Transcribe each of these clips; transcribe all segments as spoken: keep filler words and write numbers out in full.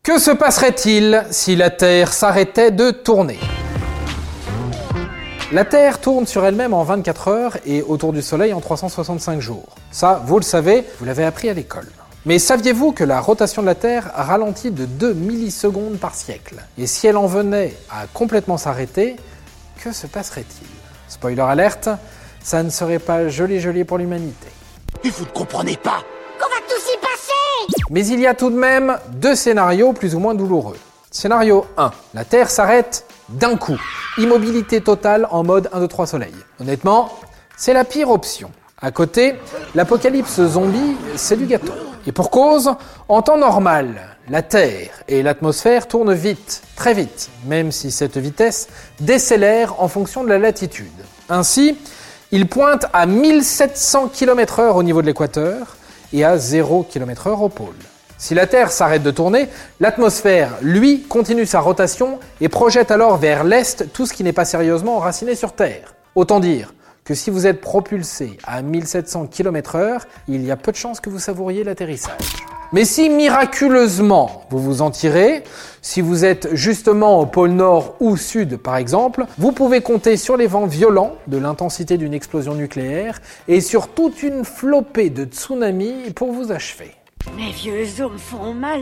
Que se passerait-il si la Terre s'arrêtait de tourner ? La Terre tourne sur elle-même en vingt-quatre heures et autour du Soleil en trois cent soixante-cinq jours. Ça, vous le savez, vous l'avez appris à l'école. Mais saviez-vous que la rotation de la Terre ralentit de deux millisecondes par siècle ? Et si elle en venait à complètement s'arrêter, que se passerait-il ? Spoiler alerte, ça ne serait pas joli joli pour l'humanité. Et vous ne comprenez pas qu'on va tous y passer ? Mais il y a tout de même deux scénarios plus ou moins douloureux. Scénario un. La Terre s'arrête d'un coup. Immobilité totale en mode un, deux, trois soleil. Honnêtement, c'est la pire option. À côté, l'apocalypse zombie, c'est du gâteau. Et pour cause, en temps normal, la Terre et l'atmosphère tournent vite, très vite, même si cette vitesse décélère en fonction de la latitude. Ainsi, il pointe à mille sept cents kilomètres heure au niveau de l'équateur et à zéro kilomètre heure au pôle. Si la Terre s'arrête de tourner, l'atmosphère, lui, continue sa rotation et projette alors vers l'est tout ce qui n'est pas sérieusement enraciné sur Terre. Autant dire que si vous êtes propulsé à mille sept cents kilomètres heure, il y a peu de chances que vous savouriez l'atterrissage. Mais si miraculeusement vous vous en tirez, si vous êtes justement au pôle nord ou sud par exemple, vous pouvez compter sur les vents violents de l'intensité d'une explosion nucléaire et sur toute une flopée de tsunamis pour vous achever. Mes vieux os me font mal.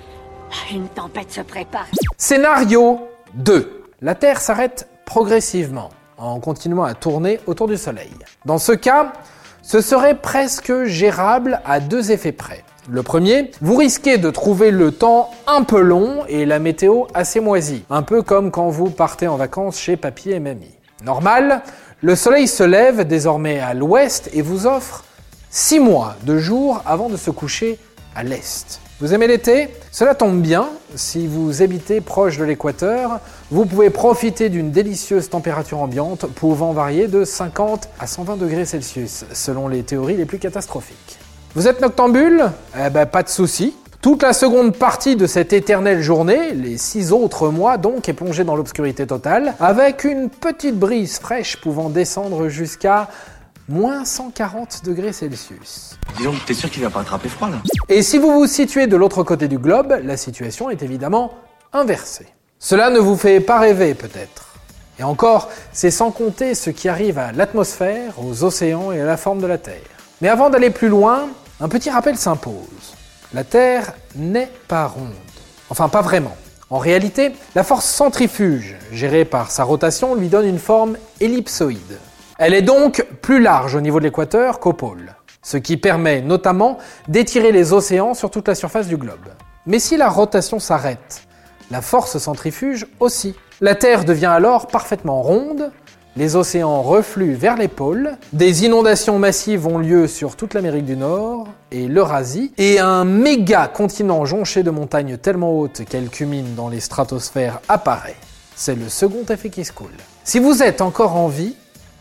Une tempête se prépare. Scénario deux. La Terre s'arrête progressivement en continuant à tourner autour du Soleil. Dans ce cas, ce serait presque gérable à deux effets près. Le premier, vous risquez de trouver le temps un peu long et la météo assez moisie, un peu comme quand vous partez en vacances chez papy et mamie. Normal, le Soleil se lève désormais à l'ouest et vous offre six mois de jours avant de se coucher à l'est. Vous aimez l'été ? Cela tombe bien, si vous habitez proche de l'équateur, vous pouvez profiter d'une délicieuse température ambiante pouvant varier de cinquante à cent vingt degrés Celsius, selon les théories les plus catastrophiques. Vous êtes noctambule ? Eh ben pas de souci. Toute la seconde partie de cette éternelle journée, les six autres mois donc, est plongée dans l'obscurité totale, avec une petite brise fraîche pouvant descendre jusqu'à moins cent quarante degrés Celsius. Dis donc, t'es sûr qu'il va pas attraper froid là ? Et si vous vous situez de l'autre côté du globe, la situation est évidemment inversée. Cela ne vous fait pas rêver peut-être. Et encore, c'est sans compter ce qui arrive à l'atmosphère, aux océans et à la forme de la Terre. Mais avant d'aller plus loin, un petit rappel s'impose. La Terre n'est pas ronde. Enfin, pas vraiment. En réalité, la force centrifuge, gérée par sa rotation, lui donne une forme ellipsoïde. Elle est donc plus large au niveau de l'équateur qu'au pôle, ce qui permet notamment d'étirer les océans sur toute la surface du globe. Mais si la rotation s'arrête, la force centrifuge aussi. La Terre devient alors parfaitement ronde, les océans refluent vers les pôles, des inondations massives ont lieu sur toute l'Amérique du Nord et l'Eurasie, et un méga continent jonché de montagnes tellement hautes qu'elles culminent dans les stratosphères apparaît. C'est le second effet qui se coule. Si vous êtes encore en vie,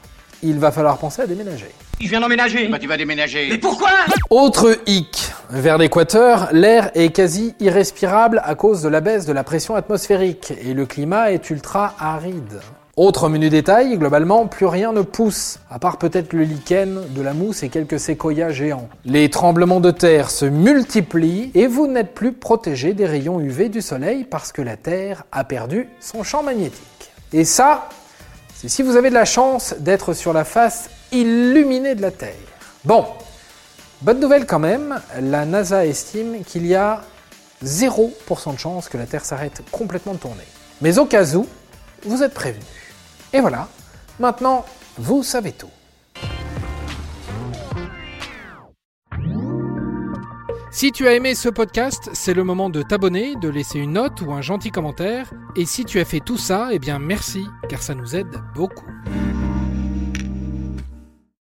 il va falloir penser à déménager. Je viens d'emménager. Bah tu vas déménager. Mais pourquoi ? Autre hic. Vers l'équateur, l'air est quasi irrespirable à cause de la baisse de la pression atmosphérique et le climat est ultra aride. Autre menu détail, globalement, plus rien ne pousse, à part peut-être le lichen, de la mousse et quelques séquoias géants. Les tremblements de terre se multiplient et vous n'êtes plus protégé des rayons U V du soleil parce que la Terre a perdu son champ magnétique. Et ça, c'est si vous avez de la chance d'être sur la face illuminée de la Terre. Bon, bonne nouvelle quand même, la NASA estime qu'il y a zéro pour cent de chance que la Terre s'arrête complètement de tourner. Mais au cas où, vous êtes prévenus. Et voilà, maintenant, vous savez tout. Si tu as aimé ce podcast, c'est le moment de t'abonner, de laisser une note ou un gentil commentaire. Et si tu as fait tout ça, eh bien merci, car ça nous aide beaucoup.